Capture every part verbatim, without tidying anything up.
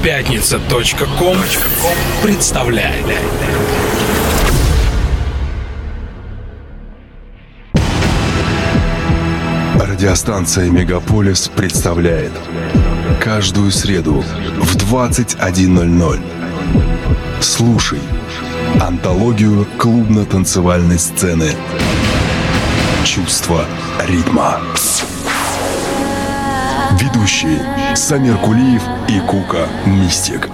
Пятница точка ком представляет. Радиостанция «Мегаполис» представляет каждую среду в двадцать один ноль ноль. Слушай антологию клубно-танцевальной сцены «Чувство ритма». Ведущие Самир Кулиев и Кука Мистик.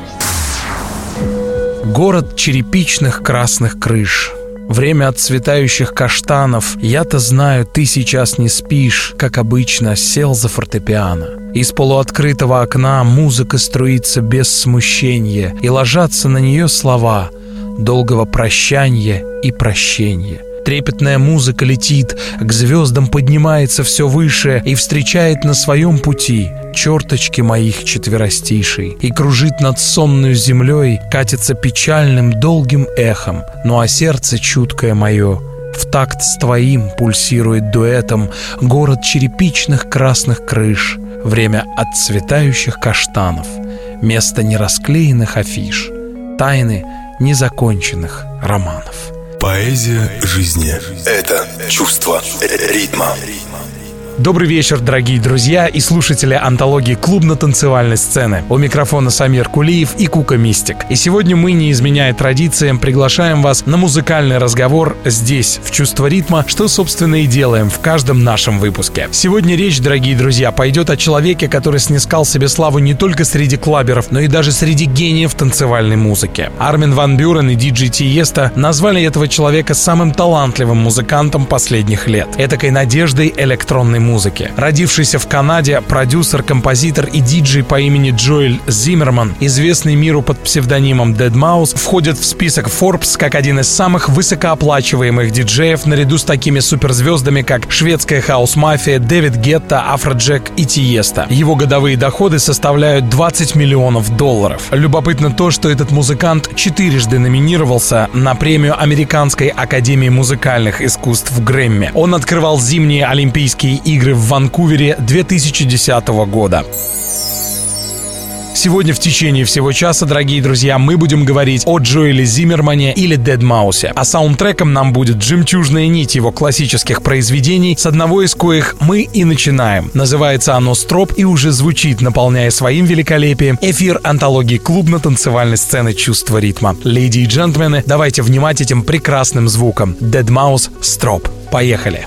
Город черепичных красных крыш. Время отцветающих каштанов. Я-то знаю, ты сейчас не спишь, как обычно, сел за фортепиано. Из полуоткрытого окна музыка струится без смущения, и ложатся на нее слова долгого прощания и прощения. Трепетная музыка летит, к звездам поднимается все выше и встречает на своем пути черточки моих четверостишей, и кружит над сонной землей, катится печальным долгим эхом, ну а сердце чуткое мое в такт с твоим пульсирует дуэтом. Город черепичных красных крыш, время отцветающих каштанов, место нерасклеенных афиш, тайны незаконченных романов. Поэзия жизни — это чувство ритма. Добрый вечер, дорогие друзья и слушатели антологии клубно-танцевальной сцены. У микрофона Самир Кулиев и Кука Мистик. И сегодня мы, не изменяя традициям, приглашаем вас на музыкальный разговор здесь, в «Чувство ритма», что, собственно, и делаем в каждом нашем выпуске. Сегодня речь, дорогие друзья, пойдет о человеке, который снискал себе славу не только среди клаберов, но и даже среди гениев танцевальной музыки. Армин ван Бюрен и диджей Тиеста назвали этого человека самым талантливым музыкантом последних лет, этакой надеждой электронной музыки. музыки. Родившийся в Канаде, продюсер, композитор и диджей по имени Джоэль Зиммерман, известный миру под псевдонимом Deadmau5, входит в список Forbes как один из самых высокооплачиваемых диджеев наряду с такими суперзвездами, как шведская хаус-мафия, Дэвид Гетта, Афроджек и Тиеста. Его годовые доходы составляют двадцать миллионов долларов. Любопытно то, что этот музыкант четырежды номинировался на премию Американской академии музыкальных искусств Грэмми. Он открывал зимние Олимпийские игры в Ванкувере две тысячи десятого года. Сегодня в течение всего часа, дорогие друзья, мы будем говорить о Джоэле Зиммермане или Deadmau5. А саундтреком нам будет жемчужная нить его классических произведений, с одного из коих мы и начинаем. Называется оно «Строп» и уже звучит, наполняя своим великолепием эфир антологии клубно-танцевальной сцены «Чувство ритма». Леди и джентльмены, давайте внимать этим прекрасным звуком. Deadmau5, «Строп». Поехали!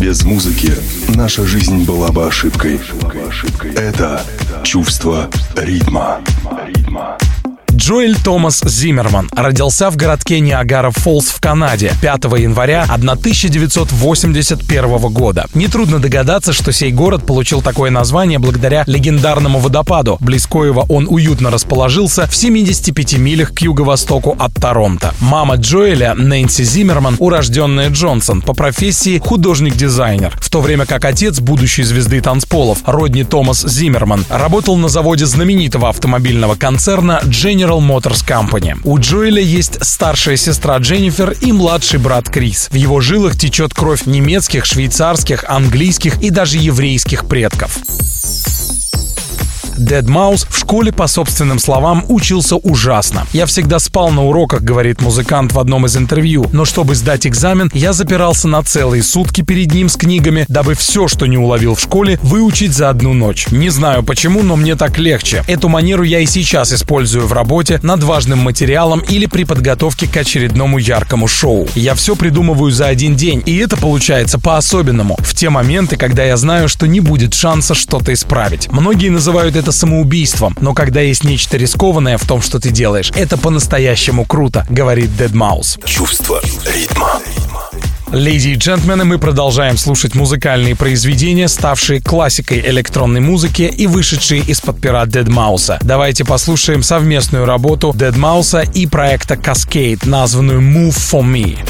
Без музыки наша жизнь была бы ошибкой. Это чувство ритма. Джоэль Томас Зиммерман родился в городке Ниагара-Фоллс в Канаде пятого января тысяча девятьсот восемьдесят первого года. Нетрудно догадаться, что сей город получил такое название благодаря легендарному водопаду. Близ коего он уютно расположился в семидесяти пяти милях к юго-востоку от Торонто. Мама Джоэля, Нэнси Зиммерман, урожденная Джонсон, по профессии художник-дизайнер, в то время как отец будущей звезды танцполов Родни Томас Зиммерман работал на заводе знаменитого автомобильного концерна General Motors Company. У Джоэля есть старшая сестра Дженнифер и младший брат Крис. В его жилах течет кровь немецких, швейцарских, английских и даже еврейских предков. Deadmau5 в школе, по собственным словам, учился ужасно. «Я всегда спал на уроках», — говорит музыкант в одном из интервью. «Но чтобы сдать экзамен, я запирался на целые сутки перед ним с книгами, дабы все, что не уловил в школе, выучить за одну ночь. Не знаю почему, но мне так легче. Эту манеру я и сейчас использую в работе над важным материалом или при подготовке к очередному яркому шоу. Я все придумываю за один день, и это получается по-особенному, в те моменты, когда я знаю, что не будет шанса что-то исправить. Многие называют это самоубийством, но когда есть нечто рискованное в том, что ты делаешь, это по-настоящему круто», — говорит Deadmau5. Чувство ритма. Леди и джентльмены, мы продолжаем слушать музыкальные произведения, ставшие классикой электронной музыки и вышедшие из-под пера Deadmau5. Давайте послушаем совместную работу Deadmau5 и проекта Cascade, названную Move for Me.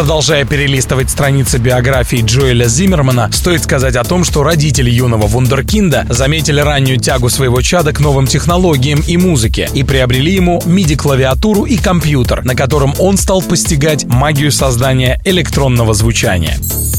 Продолжая перелистывать страницы биографии Джоэля Зиммермана, стоит сказать о том, что родители юного вундеркинда заметили раннюю тягу своего чада к новым технологиям и музыке и приобрели ему миди-клавиатуру и компьютер, на котором он стал постигать магию создания электронного звучания.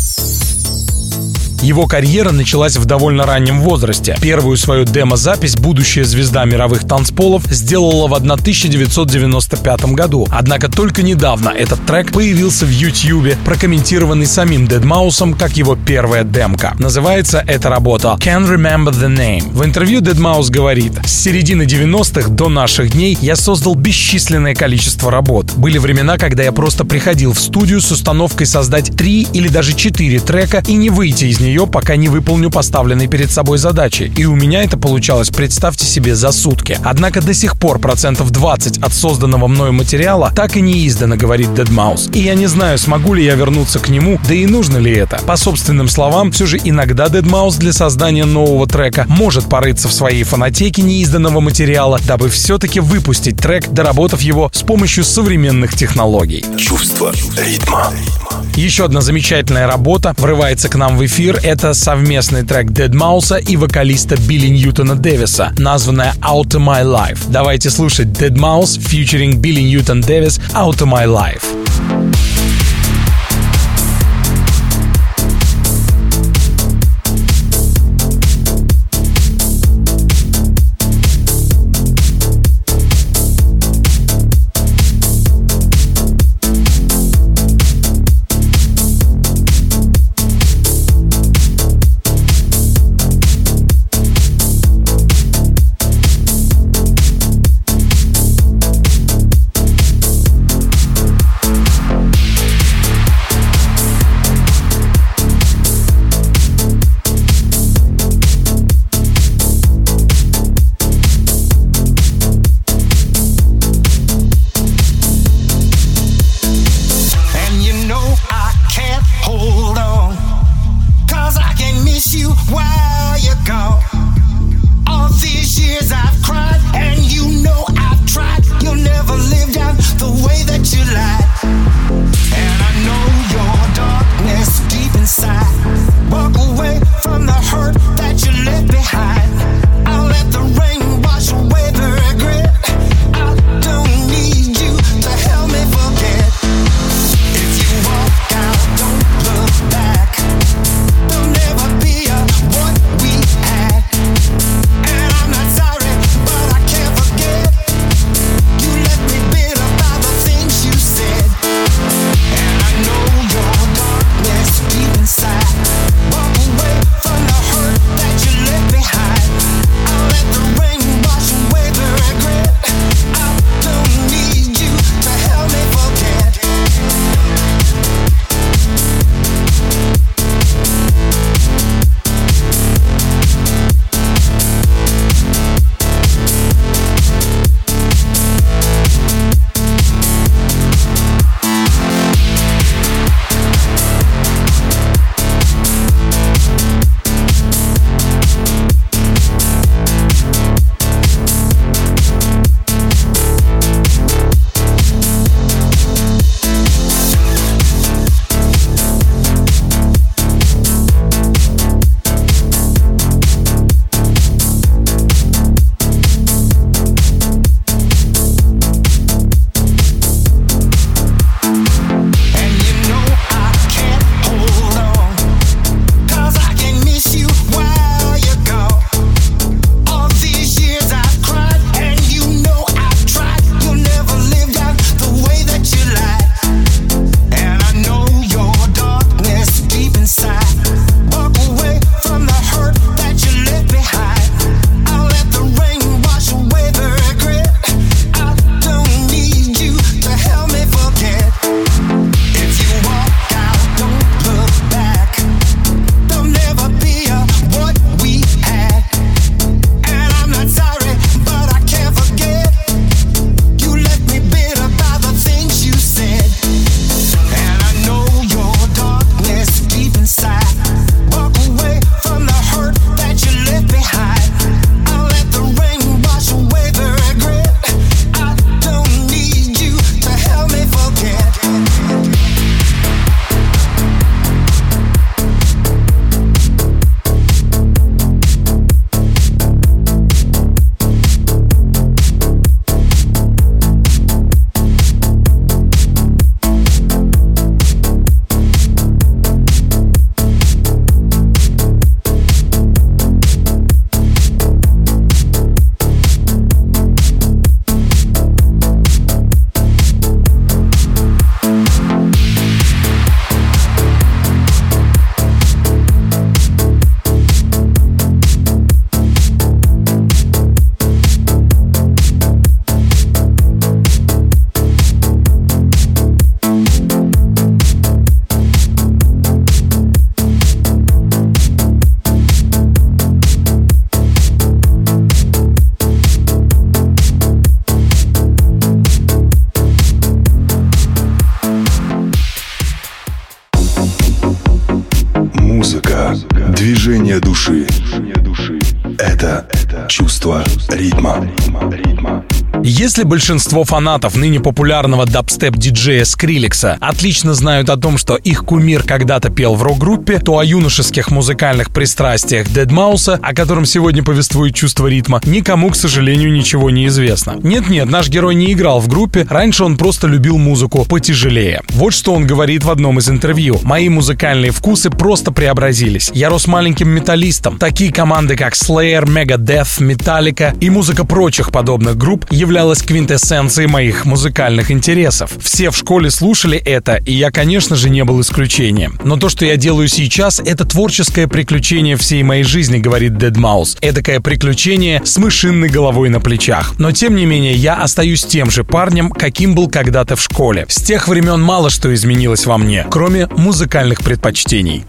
Его карьера началась в довольно раннем возрасте. Первую свою демо-запись будущая звезда мировых танцполов сделала в тысяча девятьсот девяносто пятом году. Однако только недавно этот трек появился в Ютьюбе, прокомментированный самим Deadmau5 как его первая демка. Называется эта работа «Can't Remember the Name». В интервью Deadmau5 говорит: «С середины девяностых до наших дней я создал бесчисленное количество работ. Были времена, когда я просто приходил в студию с установкой создать три или даже четыре трека и не выйти из нее, пока не выполню поставленные перед собой задачи. И у меня это получалось, представьте себе, за сутки. Однако до сих пор процентов двадцать от созданного мною материала так и не издано», говорит Deadmau5. «И я не знаю, смогу ли я вернуться к нему, да и нужно ли это». По собственным словам, все же иногда Deadmau5 для создания нового трека может порыться в своей фонотеке неизданного материала, дабы все-таки выпустить трек, доработав его с помощью современных технологий. Чувство ритма. Еще одна замечательная работа врывается к нам в эфир. Это совместный трек Deadmau5 и вокалиста Билли Ньютона Дэвиса, названная Out of My Life. Давайте слушать Deadmau5featuring Билли Ньютон Дэвис Out of My Life. Это чувство ритма. Если большинство фанатов ныне популярного дабстеп-диджея Скриллекса отлично знают о том, что их кумир когда-то пел в рок-группе, то о юношеских музыкальных пристрастиях Deadmau5, о котором сегодня повествует чувство ритма, никому, к сожалению, ничего не известно. Нет-нет, наш герой не играл в группе, раньше он просто любил музыку потяжелее. Вот что он говорит в одном из интервью. «Мои музыкальные вкусы просто преобразились. Я рос маленьким металлистом. Такие команды, как Slayer, Megadeth, Metallica и музыка прочих подобных групп являются являлась квинтэссенцией моих музыкальных интересов. Все в школе слушали это, и я, конечно же, не был исключением. Но то, что я делаю сейчас, это творческое приключение всей моей жизни», — говорит Deadmau5. Эдакое приключение с мышиной головой на плечах. Но, тем не менее, я остаюсь тем же парнем, каким был когда-то в школе. С тех времен мало что изменилось во мне, кроме музыкальных предпочтений.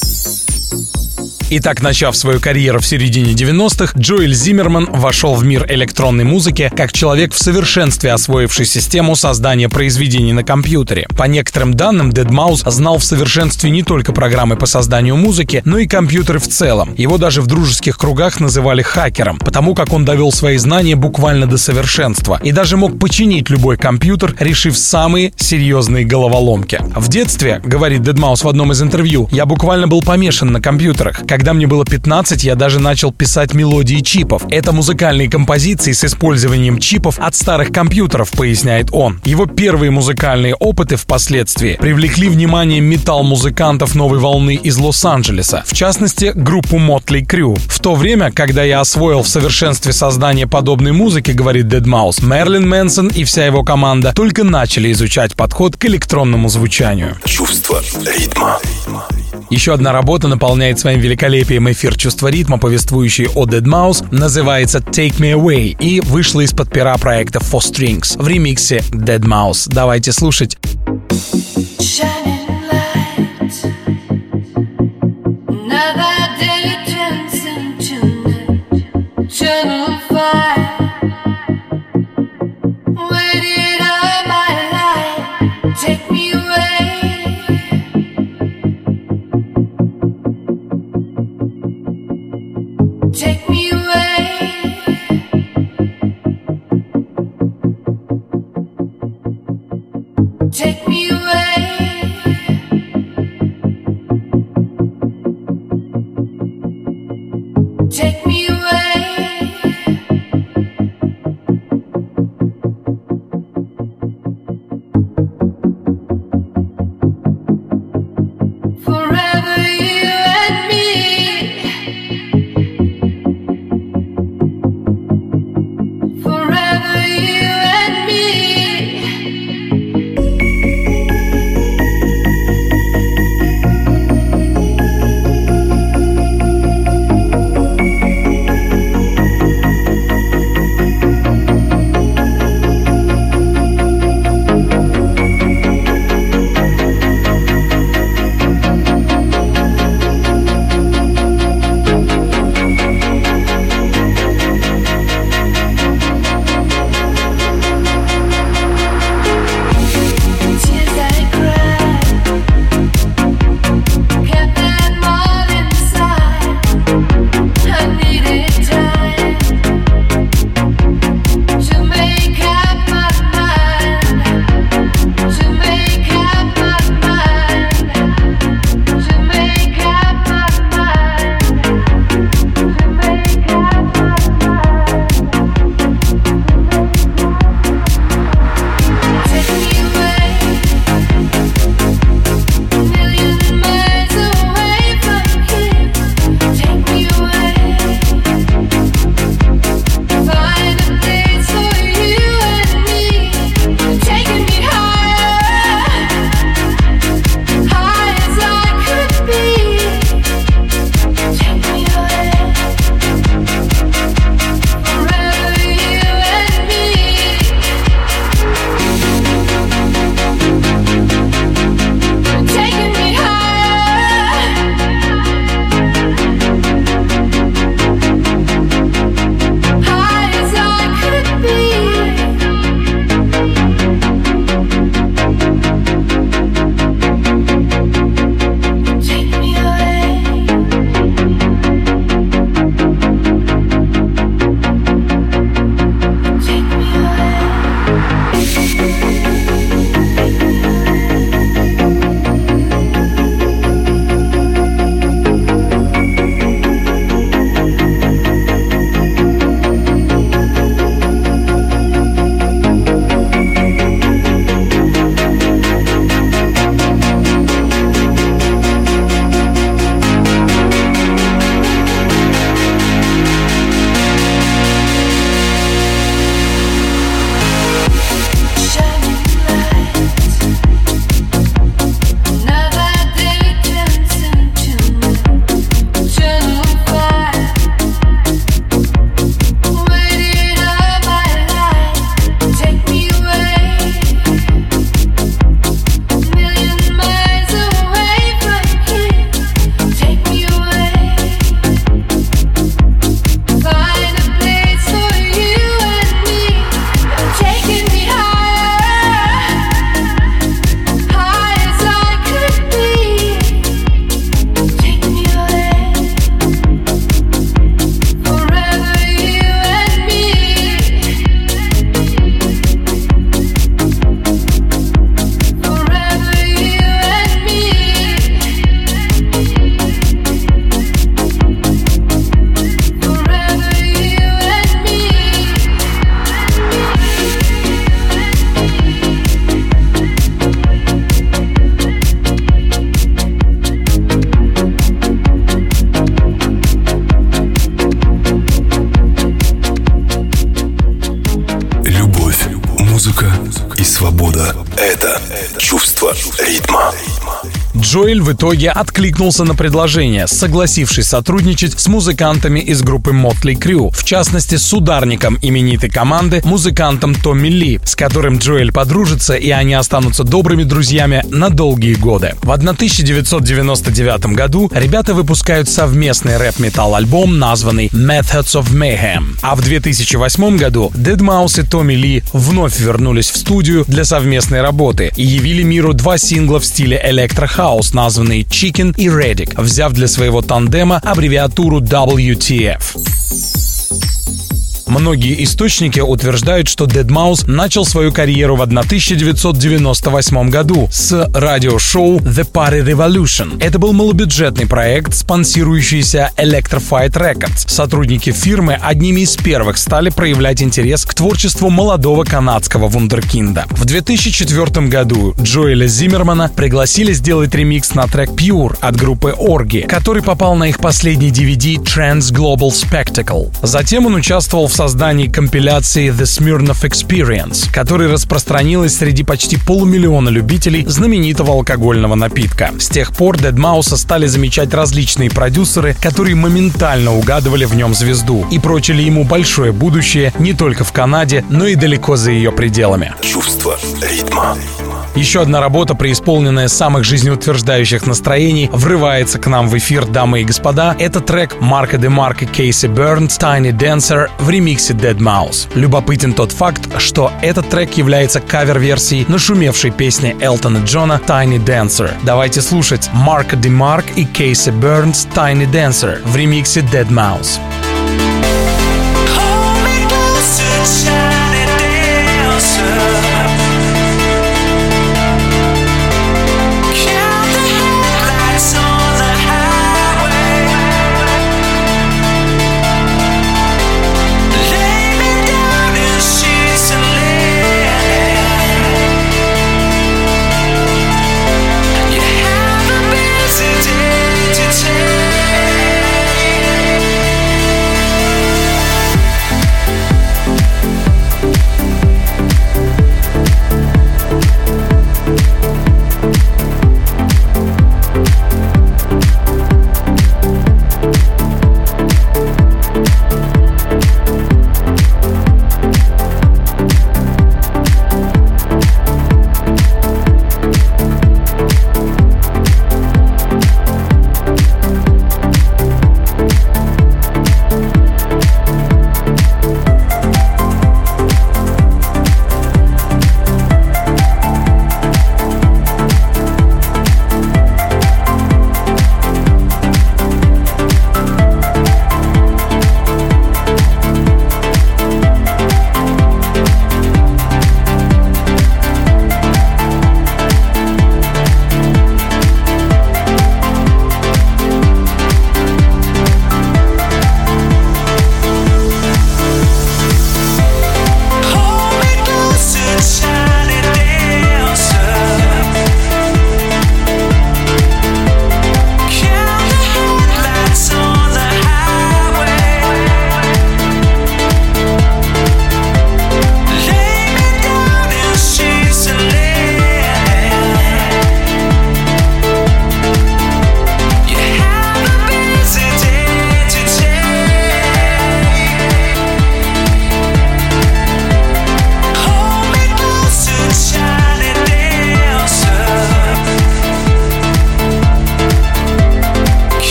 Итак, начав свою карьеру в середине девяностых, Джоэль Зиммерман вошел в мир электронной музыки как человек в совершенстве освоивший систему создания произведений на компьютере. По некоторым данным, Deadmau5 знал в совершенстве не только программы по созданию музыки, но и компьютеры в целом. Его даже в дружеских кругах называли хакером, потому как он довел свои знания буквально до совершенства и даже мог починить любой компьютер, решив самые серьезные головоломки. В детстве, говорит Deadmau5 в одном из интервью, я буквально был помешан на компьютерах. Когда мне было пятнадцать, я даже начал писать мелодии чипов. Это музыкальные композиции с использованием чипов от старых компьютеров, поясняет он. Его первые музыкальные опыты впоследствии привлекли внимание метал-музыкантов новой волны из Лос-Анджелеса, в частности, группу Motley Crue. В то время, когда я освоил в совершенстве создание подобной музыки, говорит Deadmau5, Мэрилин Мэнсон и вся его команда только начали изучать подход к электронному звучанию. Чувство ритма. Еще одна работа наполняет своим великолепием эфир «Чувство ритма», повествующий о Deadmau5, называется «Take Me Away» и вышла из-под пера проекта Four Strings в ремиксе Deadmau5. Давайте слушать. Take me away. Take me away. свобода — это чувство ритма. Джоэль в итоге откликнулся на предложение, согласившись сотрудничать с музыкантами из группы Motley Crue, в частности с ударником именитой команды, музыкантом Томми Ли, с которым Джоэль подружится, и они останутся добрыми друзьями на долгие годы. В тысяча девятьсот девяносто девятом году ребята выпускают совместный рэп-метал альбом, названный Methods of Mayhem. А в две тысячи восьмом году Deadmau5 и Томми Ли вновь вернулись в студию для совместной работы и явили миру два сингла в стиле электрохаус, названные Chicken и Reddick, взяв для своего тандема аббревиатуру дабл ю ти эф. Многие источники утверждают, что Deadmau5 начал свою карьеру в тысяча девятьсот девяносто восьмом году с радиошоу The Party Revolution. Это был малобюджетный проект, спонсирующийся Electrified Records. Сотрудники фирмы одними из первых стали проявлять интерес к творчеству молодого канадского вундеркинда. В две тысячи четвёртом году Джоэля Зиммермана пригласили сделать ремикс на трек Pure от группы Orgy, который попал на их последний ди ви ди Trans Global Spectacle. Затем он участвовал в создании компиляции The Smirnoff Experience, которая распространилась среди почти полумиллиона любителей знаменитого алкогольного напитка. С тех пор Deadmau5 стали замечать различные продюсеры, которые моментально угадывали в нем звезду и прочили ему большое будущее не только в Канаде, но и далеко за ее пределами. Чувство ритма. Еще одна работа, преисполненная самых жизнеутверждающих настроений, врывается к нам в эфир, дамы и господа. Это трек Марка де Марк и Кейси Бернс «Tiny Dancer» в ремиксе Deadmau5. Любопытен тот факт, что этот трек является кавер-версией нашумевшей песни Элтона Джона «Tiny Dancer». Давайте слушать Марка де Марк и Кейси Бернс «Tiny Dancer» в ремиксе Deadmau5. Today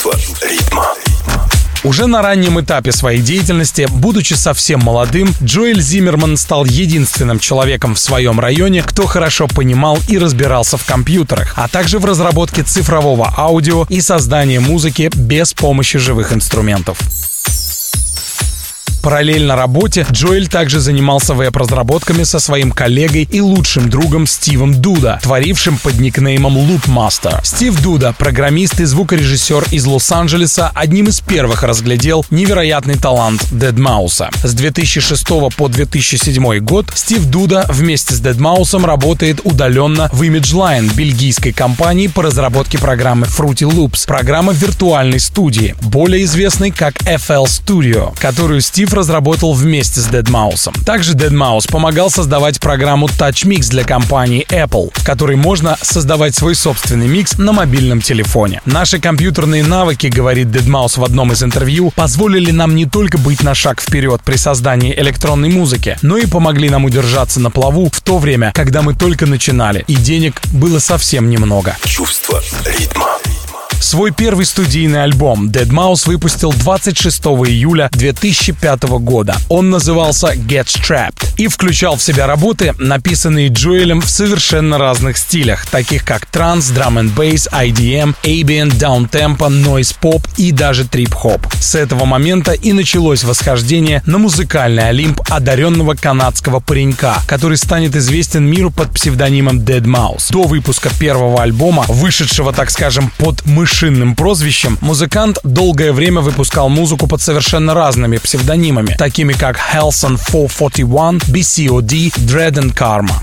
Чувство ритма. Уже на раннем этапе своей деятельности, будучи совсем молодым, Джоэль Зиммерман стал единственным человеком в своем районе, кто хорошо понимал и разбирался в компьютерах, а также в разработке цифрового аудио и создании музыки без помощи живых инструментов. Параллельно работе Джоэль также занимался веб-разработками со своим коллегой и лучшим другом Стивом Дуда, творившим под никнеймом Loopmaster. Стив Дуда, программист и звукорежиссер из Лос-Анджелеса, одним из первых разглядел невероятный талант Deadmau5. С две тысячи шестого по две тысячи седьмой год Стив Дуда вместе с Deadmau5 работает удаленно в ImageLine, бельгийской компании по разработке программы Fruity Loops, программы виртуальной студии, более известной как эф эл Studio, которую Стив разработал вместе с Deadmau5. Также Deadmau5 помогал создавать программу TouchMix для компании Apple, в которой можно создавать свой собственный микс на мобильном телефоне. Наши компьютерные навыки, говорит Deadmau5 в одном из интервью, позволили нам не только быть на шаг вперед при создании электронной музыки, но и помогли нам удержаться на плаву в то время, когда мы только начинали, и денег было совсем немного. Чувство ритма. Свой первый студийный альбом Deadmau5 выпустил двадцать шестого июля две тысячи пятого года. Он назывался Get Strapped и включал в себя работы, написанные Джоэлем в совершенно разных стилях, таких как транс, драм энд бейс, ай ди эм, ambient, даунтемпо, нойз-поп и даже трип-хоп. С этого момента и началось восхождение на музыкальный олимп одаренного канадского паренька, который станет известен миру под псевдонимом Deadmau5. До выпуска первого альбома, вышедшего, так скажем, под мышиным прозвищем, музыкант долгое время выпускал музыку под совершенно разными псевдонимами, такими как Helson четыреста сорок один, би си о ди, Dread and Karma.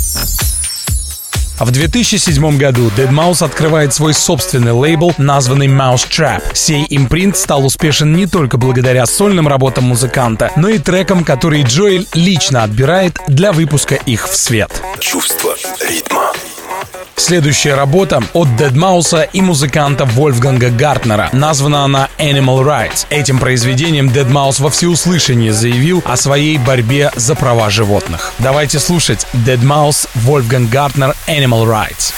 В две тысячи седьмом году Deadmau5 открывает свой собственный лейбл, названный Mousetrap. Сей импринт стал успешен не только благодаря сольным работам музыканта, но и трекам, которые Джоэль лично отбирает для выпуска их в свет. Чувство ритма. Следующая работа от Deadmau5 и музыканта Вольфганга Гартнера. Названа она Animal Rights. Этим произведением Deadmau5 во всеуслышание заявил о своей борьбе за права животных. Давайте слушать Deadmau5, Вольфганг Гартнер, Animal Rights.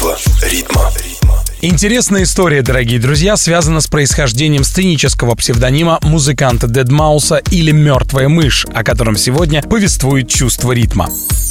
Чувство ритма. Интересная история, дорогие друзья, связана с происхождением сценического псевдонима музыканта Дедмауса или «Мертвая мышь», о котором сегодня повествует «Чувство ритма».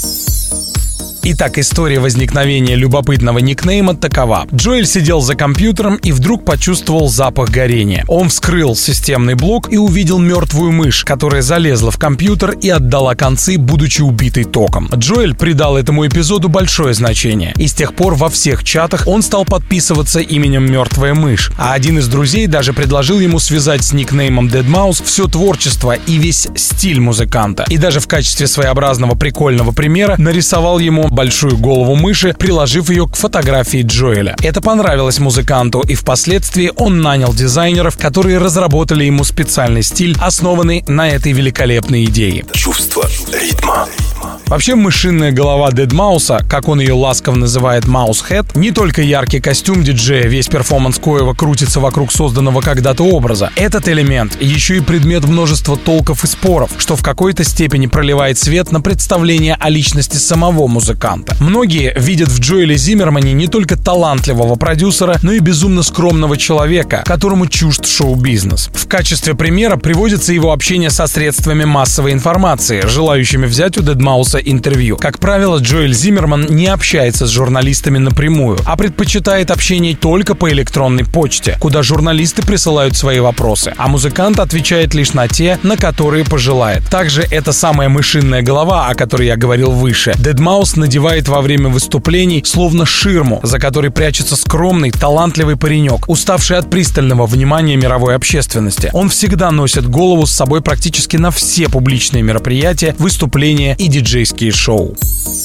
Итак, история возникновения любопытного никнейма такова. Джоэль сидел за компьютером и вдруг почувствовал запах горения. Он вскрыл системный блок и увидел мертвую мышь, которая залезла в компьютер и отдала концы, будучи убитой током. Джоэль придал этому эпизоду большое значение, и с тех пор во всех чатах он стал подписываться именем «Мертвая мышь», а один из друзей даже предложил ему связать с никнеймом Deadmau5 все творчество и весь стиль музыканта. И даже в качестве своеобразного прикольного примера нарисовал ему большую голову мыши, приложив ее к фотографии Джоэля. Это понравилось музыканту, и впоследствии он нанял дизайнеров, которые разработали ему специальный стиль, основанный на этой великолепной идее. Чувство ритма. Вообще, мышиная голова Дедмауса, как он ее ласково называет Маус-Хэд, не только яркий костюм диджея, весь перформанс коего крутится вокруг созданного когда-то образа. Этот элемент еще и предмет множества толков и споров, что в какой-то степени проливает свет на представление о личности самого музыканта. Многие видят в Джоэле Зиммермане не только талантливого продюсера, но и безумно скромного человека, которому чужд шоу-бизнес. В качестве примера приводится его общение со средствами массовой информации, желающими взять у Дедмауса интервью. Как правило, Джоэль Зиммерман не общается с журналистами напрямую, а предпочитает общение только по электронной почте, куда журналисты присылают свои вопросы, а музыкант отвечает лишь на те, на которые пожелает. Также эта самая мышиная голова, о которой я говорил выше, Deadmau5 надевает во время выступлений словно ширму, за которой прячется скромный, талантливый паренек, уставший от пристального внимания мировой общественности. Он всегда носит голову с собой практически на все публичные мероприятия, выступления и диджейские шоу.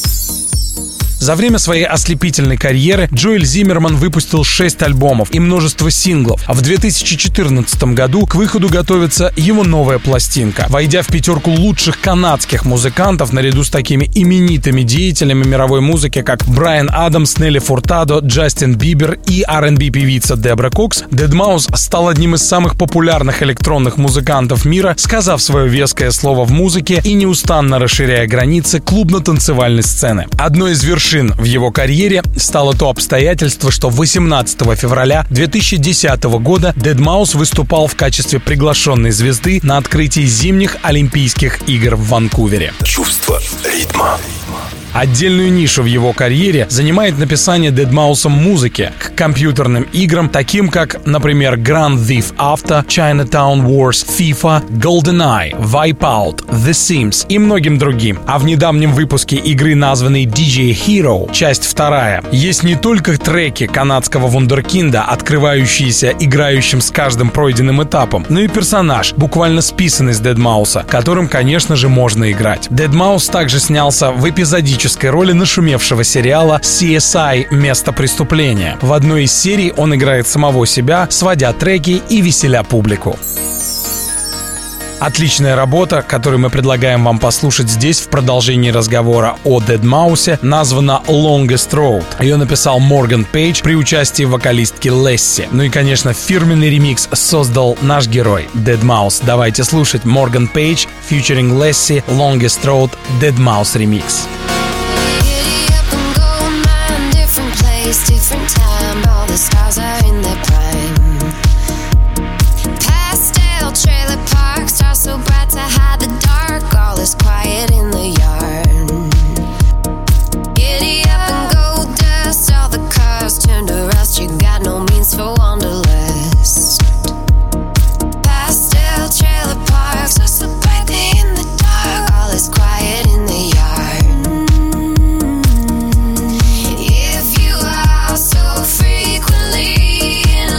За время своей ослепительной карьеры Джоэль Зиммерман выпустил шесть альбомов и множество синглов, а в две тысячи четырнадцатом году к выходу готовится его новая пластинка. Войдя в пятерку лучших канадских музыкантов наряду с такими именитыми деятелями мировой музыки, как Брайан Адамс, Нелли Фуртадо, Джастин Бибер и ар энд би-певица Дебра Кокс, Deadmau5 стал одним из самых популярных электронных музыкантов мира, сказав свое веское слово в музыке и неустанно расширяя границы клубно-танцевальной сцены. Одной из вершин в его карьере стало то обстоятельство, что восемнадцатого февраля две тысячи десятого года Deadmau5 выступал в качестве приглашенной звезды на открытии зимних Олимпийских игр в Ванкувере. Чувство ритма. Отдельную нишу в его карьере занимает написание Deadmau5 музыки к компьютерным играм, таким как, например, Grand Theft Auto, Chinatown Wars, FIFA, GoldenEye, Wipeout, The Sims и многим другим. А в недавнем выпуске игры, названной ди джей Hero, часть вторая, есть не только треки канадского вундеркинда, открывающиеся играющим с каждым пройденным этапом, но и персонаж, буквально списанный с Deadmau5, которым, конечно же, можно играть. Deadmau5 также снялся в эпизодическом роли нашумевшего сериала си эс ай «Место преступления». В одной из серий он играет самого себя, сводя треки и веселя публику. Отличная работа, которую мы предлагаем вам послушать здесь в продолжении разговора о Deadmau5, названа Longest Road. Ее написал Морган Пейдж при участии вокалистки Лесси. Ну и, конечно, фирменный ремикс создал наш герой Deadmau5. Давайте слушать Морган Пейдж featuring Лесси, Longest Road, Deadmau5 ремикс. Different time, all the stars are in their prime. Pastel trailer park, stars so bright to hide the dark. All is quiet in the yard. Giddy up and go dust, all the cars turn to rust. You got no means for wanderlust. Pastel trailer park, stars so bright in the dark. All is quiet in the yard. So frequently in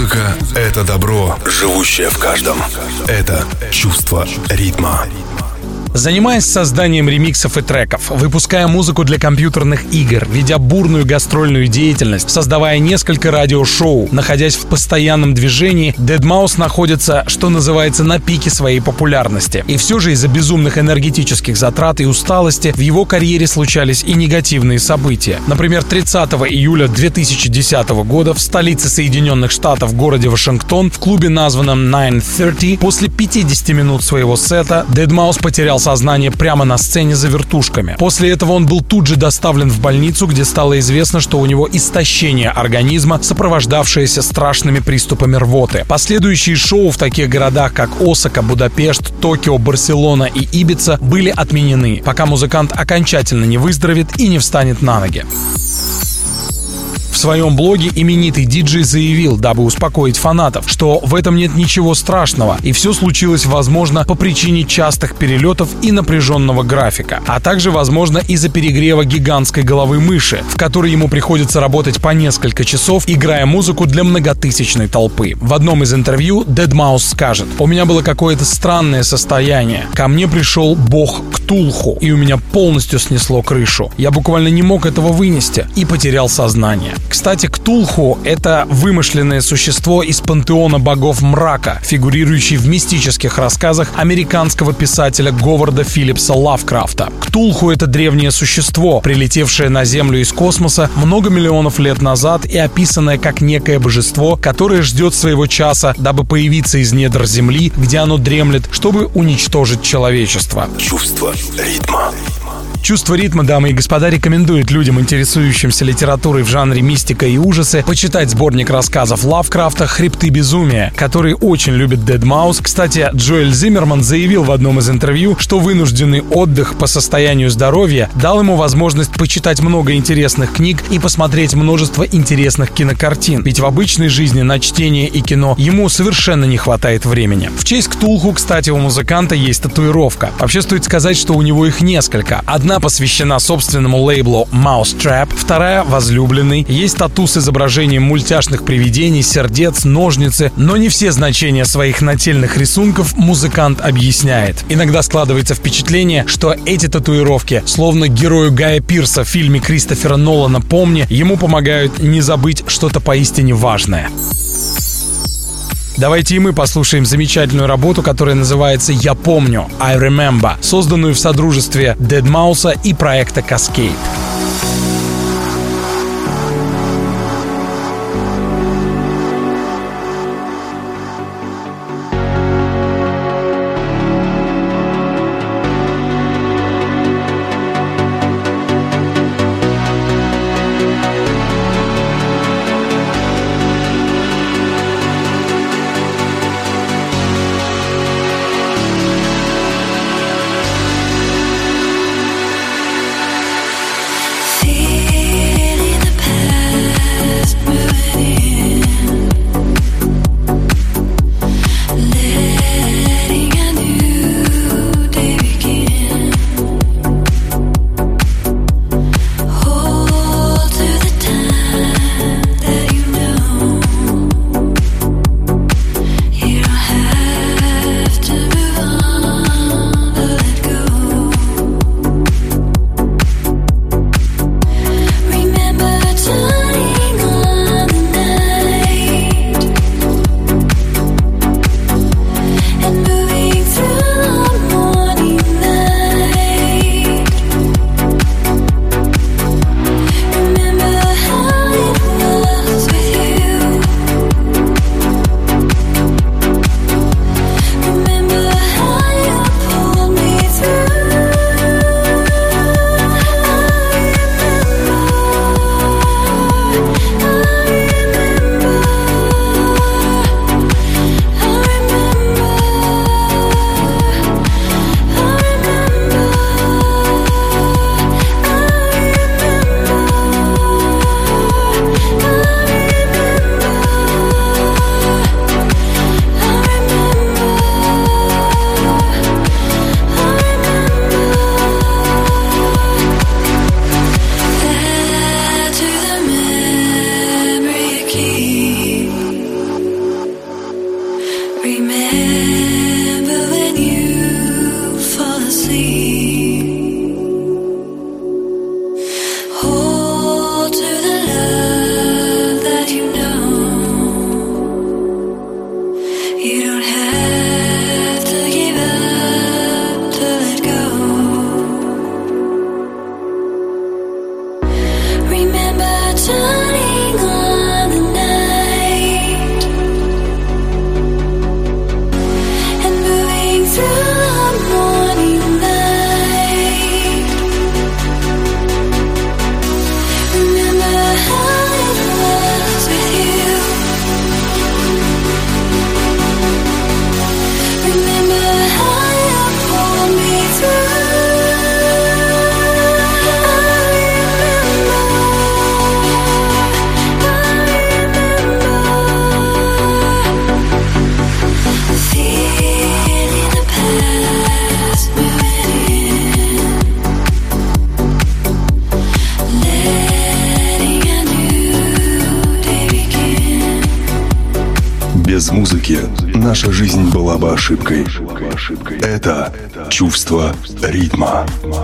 Музыка — это добро, живущее в каждом. Это чувство ритма. Занимаясь созданием ремиксов и треков, выпуская музыку для компьютерных игр, ведя бурную гастрольную деятельность, создавая несколько радиошоу, находясь в постоянном движении, Deadmau5 находится, что называется, на пике своей популярности. И все же из-за безумных энергетических затрат и усталости в его карьере случались и негативные события. Например, тридцатого июля две тысячи десятого года в столице Соединенных Штатов, в городе Вашингтон, в клубе, названном найн тридцать, после пятидесяти минут своего сета Deadmau5 потерял сознание прямо на сцене за вертушками. После этого он был тут же доставлен в больницу, где стало известно, что у него истощение организма, сопровождавшееся страшными приступами рвоты. Последующие шоу в таких городах, как Осака, Будапешт, Токио, Барселона и Ибица были отменены, пока музыкант окончательно не выздоровеет и не встанет на ноги. В своем блоге именитый диджей заявил, дабы успокоить фанатов, что в этом нет ничего страшного, и все случилось, возможно, по причине частых перелетов и напряженного графика, а также, возможно, из-за перегрева гигантской головы мыши, в которой ему приходится работать по несколько часов, играя музыку для многотысячной толпы. В одном из интервью Deadmau5 скажет: «У меня было какое-то странное состояние. Ко мне пришел бог Ктулху, и у меня полностью снесло крышу. Я буквально не мог этого вынести и потерял сознание». Кстати, Ктулху — это вымышленное существо из пантеона богов мрака, фигурирующий в мистических рассказах американского писателя Говарда Филлипса Лавкрафта. Ктулху — это древнее существо, прилетевшее на Землю из космоса много миллионов лет назад и описанное как некое божество, которое ждет своего часа, дабы появиться из недр Земли, где оно дремлет, чтобы уничтожить человечество. Чувство ритма. «Чувство ритма», дамы и господа, рекомендует людям, интересующимся литературой в жанре мистика и ужасы, почитать сборник рассказов Лавкрафта «Хребты безумия», который очень любит Deadmau5. Кстати, Джоэль Зиммерман заявил в одном из интервью, что вынужденный отдых по состоянию здоровья дал ему возможность почитать много интересных книг и посмотреть множество интересных кинокартин. Ведь в обычной жизни на чтение и кино ему совершенно не хватает времени. В честь Ктулху, кстати, у музыканта есть татуировка. Вообще стоит сказать, что у него их несколько. Одна посвящена собственному лейблу Mousetrap, вторая — возлюбленной. Есть тату с изображением мультяшных привидений, сердец, ножницы, но не все значения своих нательных рисунков музыкант объясняет. Иногда складывается впечатление, что эти татуировки, словно герою Гая Пирса в фильме Кристофера Нолана «Помни», ему помогают не забыть что-то поистине важное. Давайте и мы послушаем замечательную работу, которая называется «Я помню» I Remember, созданную в содружестве Deadmau5 и проекта Cascade. Без музыки наша жизнь была бы ошибкой. Это чувство ритма.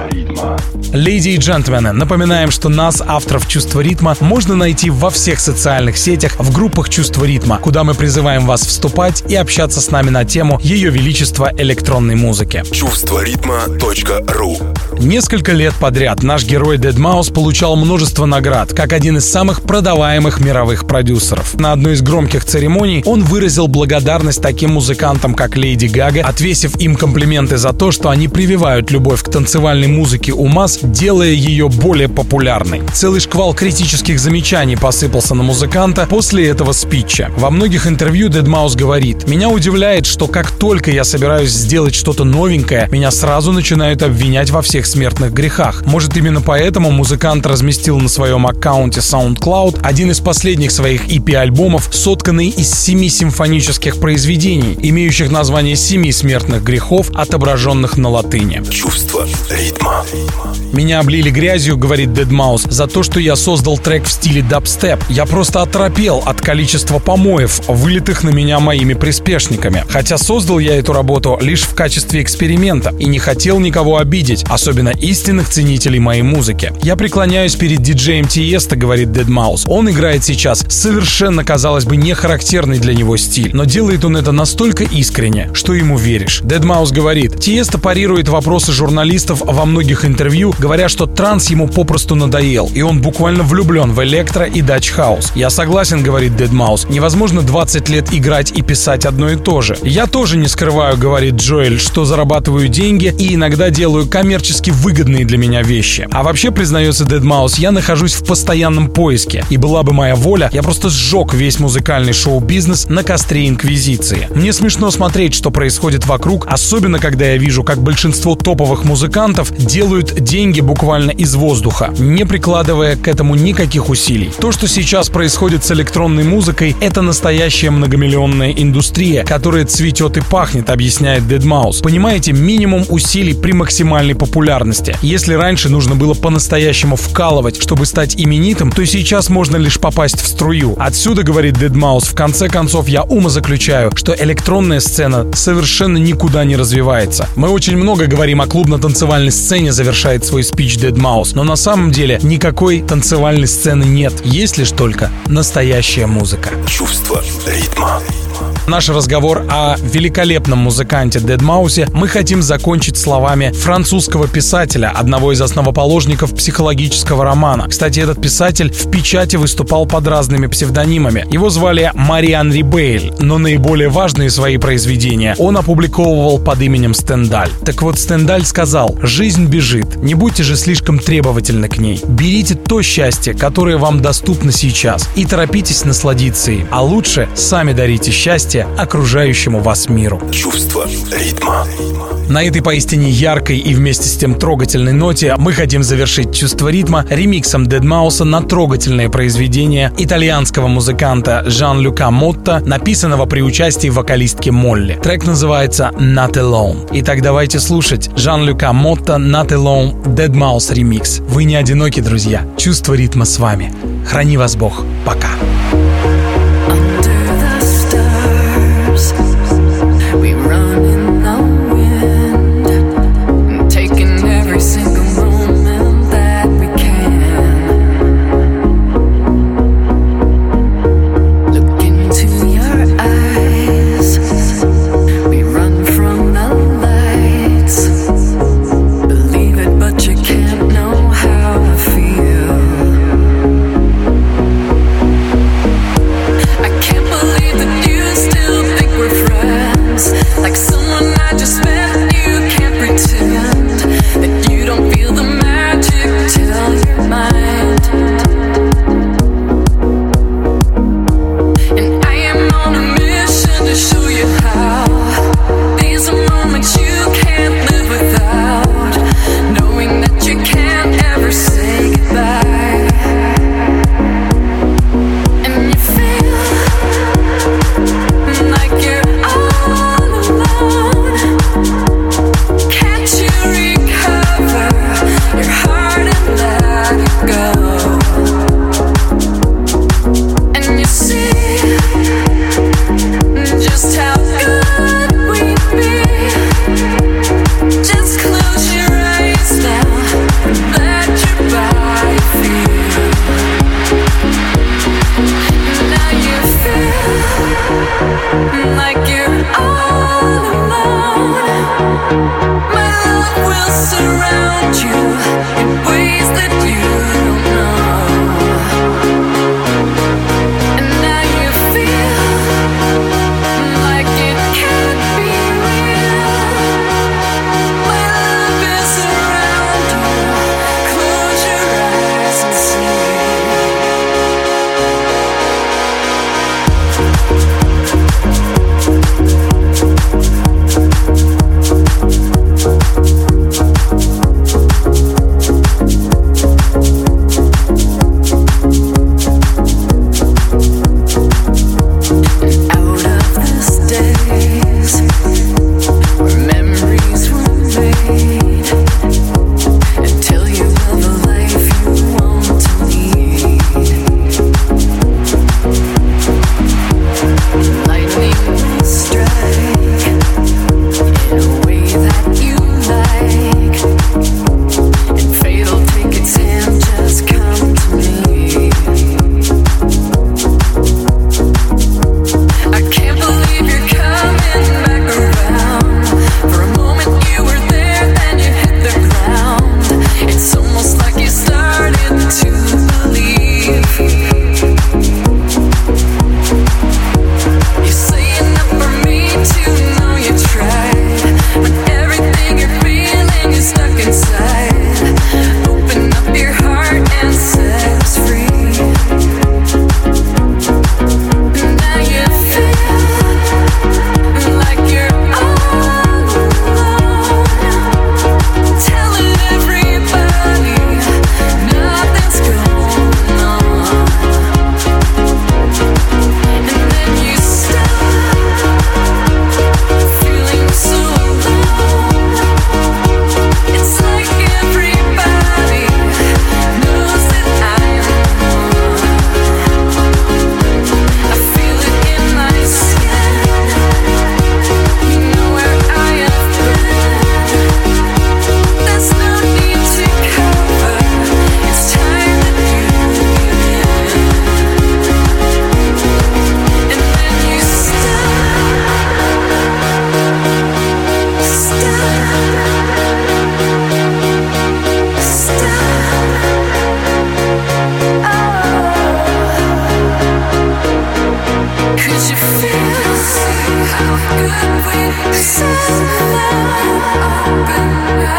Леди и джентльмены, напоминаем, что нас, авторов «Чувства ритма», можно найти во всех социальных сетях, в группах «Чувство ритма», куда мы призываем вас вступать и общаться с нами на тему Ее Величества электронной музыки. чувство ритма точка ру. Несколько лет подряд наш герой Deadmau5получал множество наград, как один из самых продаваемых мировых продюсеров. На одной из громких церемоний он выразил благодарность таким музыкантам, как Леди Гага, отвесив им комплименты за то, что они прививают любовь к танцевальной музыке у масс, делая ее более популярной. Целый шквал критических замечаний посыпался на музыканта после этого спича. Во многих интервью Deadmau5 говорит: «Меня удивляет, что как только я собираюсь сделать что-то новенькое, меня сразу начинают обвинять во всех смертных грехах. Может, именно поэтому музыкант разместил на своем аккаунте SoundCloud один из последних своих и пи-альбомов, сотканный из семи симфонических произведений, имеющих название «Семи смертных грехов», отображенных на латыни». Чувство ритма. «Меня облили грязью, — говорит Deadmau5, — за то, что я создал трек в стиле дабстеп. Я просто оторопел от количества помоев, вылитых на меня моими приспешниками. Хотя создал я эту работу лишь в качестве эксперимента и не хотел никого обидеть, особенно истинных ценителей моей музыки. Я преклоняюсь перед диджеем Тиесто, — говорит Deadmau5. Он играет сейчас совершенно, казалось бы, не характерный для него стиль, но делает он это настолько искренне, что ему веришь». Deadmau5 говорит: «Тиесто парирует вопросы журналистов во многих интервью, говоря, что транс ему попросту надоел, и он буквально влюблен в электро и дач-хаус. Я согласен, — говорит Deadmau5, — невозможно двадцать лет играть и писать одно и то же. Я тоже не скрываю, — говорит Джоэль, — что зарабатываю деньги и иногда делаю коммерчески выгодные для меня вещи. А вообще, признается Deadmau5, я нахожусь в постоянном поиске, и была бы моя воля, я просто сжег весь музыкальный шоу-бизнес на костре инквизиции. Мне смешно смотреть, что происходит вокруг, особенно когда я вижу, как большинство топовых музыкантов делают деньги буквально из воздуха, не прикладывая к этому никаких усилий. То, что сейчас происходит с электронной музыкой, это настоящая многомиллионная индустрия, которая цветет и пахнет», — объясняет Deadmau5. «Понимаете, минимум усилий при максимальной популярности. Если раньше нужно было по-настоящему вкалывать, чтобы стать именитым, то сейчас можно лишь попасть в струю. Отсюда, — говорит Deadmau5, — в конце концов я умозаключаю, что электронная сцена совершенно никуда не развивается. Мы очень много говорим о клубно-танцевальной сцене», — завершает свой спич Deadmau5, «но на самом деле никакой танцевальной сцены нет. Есть лишь только настоящая музыка». Чувство ритма. Наш разговор о великолепном музыканте Deadmau5 мы хотим закончить словами французского писателя, одного из основоположников психологического романа. Кстати, этот писатель в печати выступал под разными псевдонимами. Его звали Мари-Анри Бейль, но наиболее важные свои произведения он опубликовывал под именем Стендаль. Так вот, Стендаль сказал: «Жизнь бежит, не будьте же слишком требовательны к ней. Берите то счастье, которое вам доступно сейчас, и торопитесь насладиться им, а лучше сами дарите счастье окружающему вас миру». Чувство ритма. На этой поистине яркой и вместе с тем трогательной ноте мы хотим завершить «Чувство ритма» ремиксом Deadmau5 на трогательное произведение итальянского музыканта Жан-Люка Мотта, написанного при участии вокалистки Молли. Трек называется «Not Alone». Итак, давайте слушать Жан-Люка Мотта «Not Alone» Deadmau5 ремикс. Вы не одиноки, друзья. «Чувство ритма» с вами. Храни вас Бог. Пока. Can't know how I feel.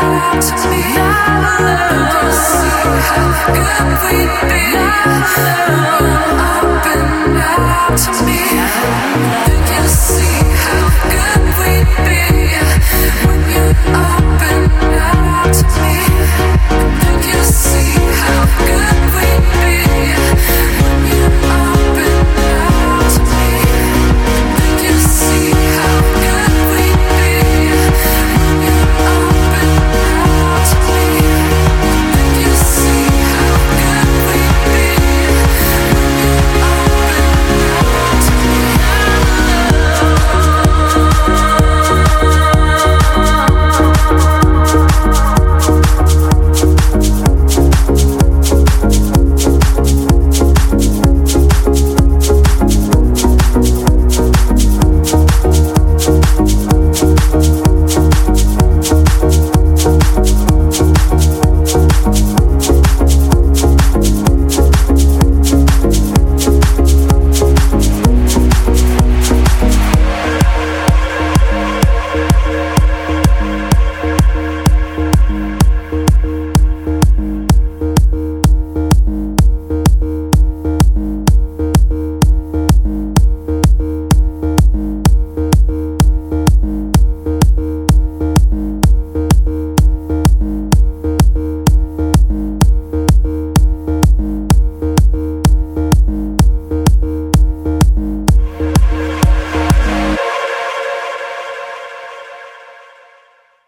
out to me. See how good we'd be. Open out to me. You see how good we'd be when you open out to me.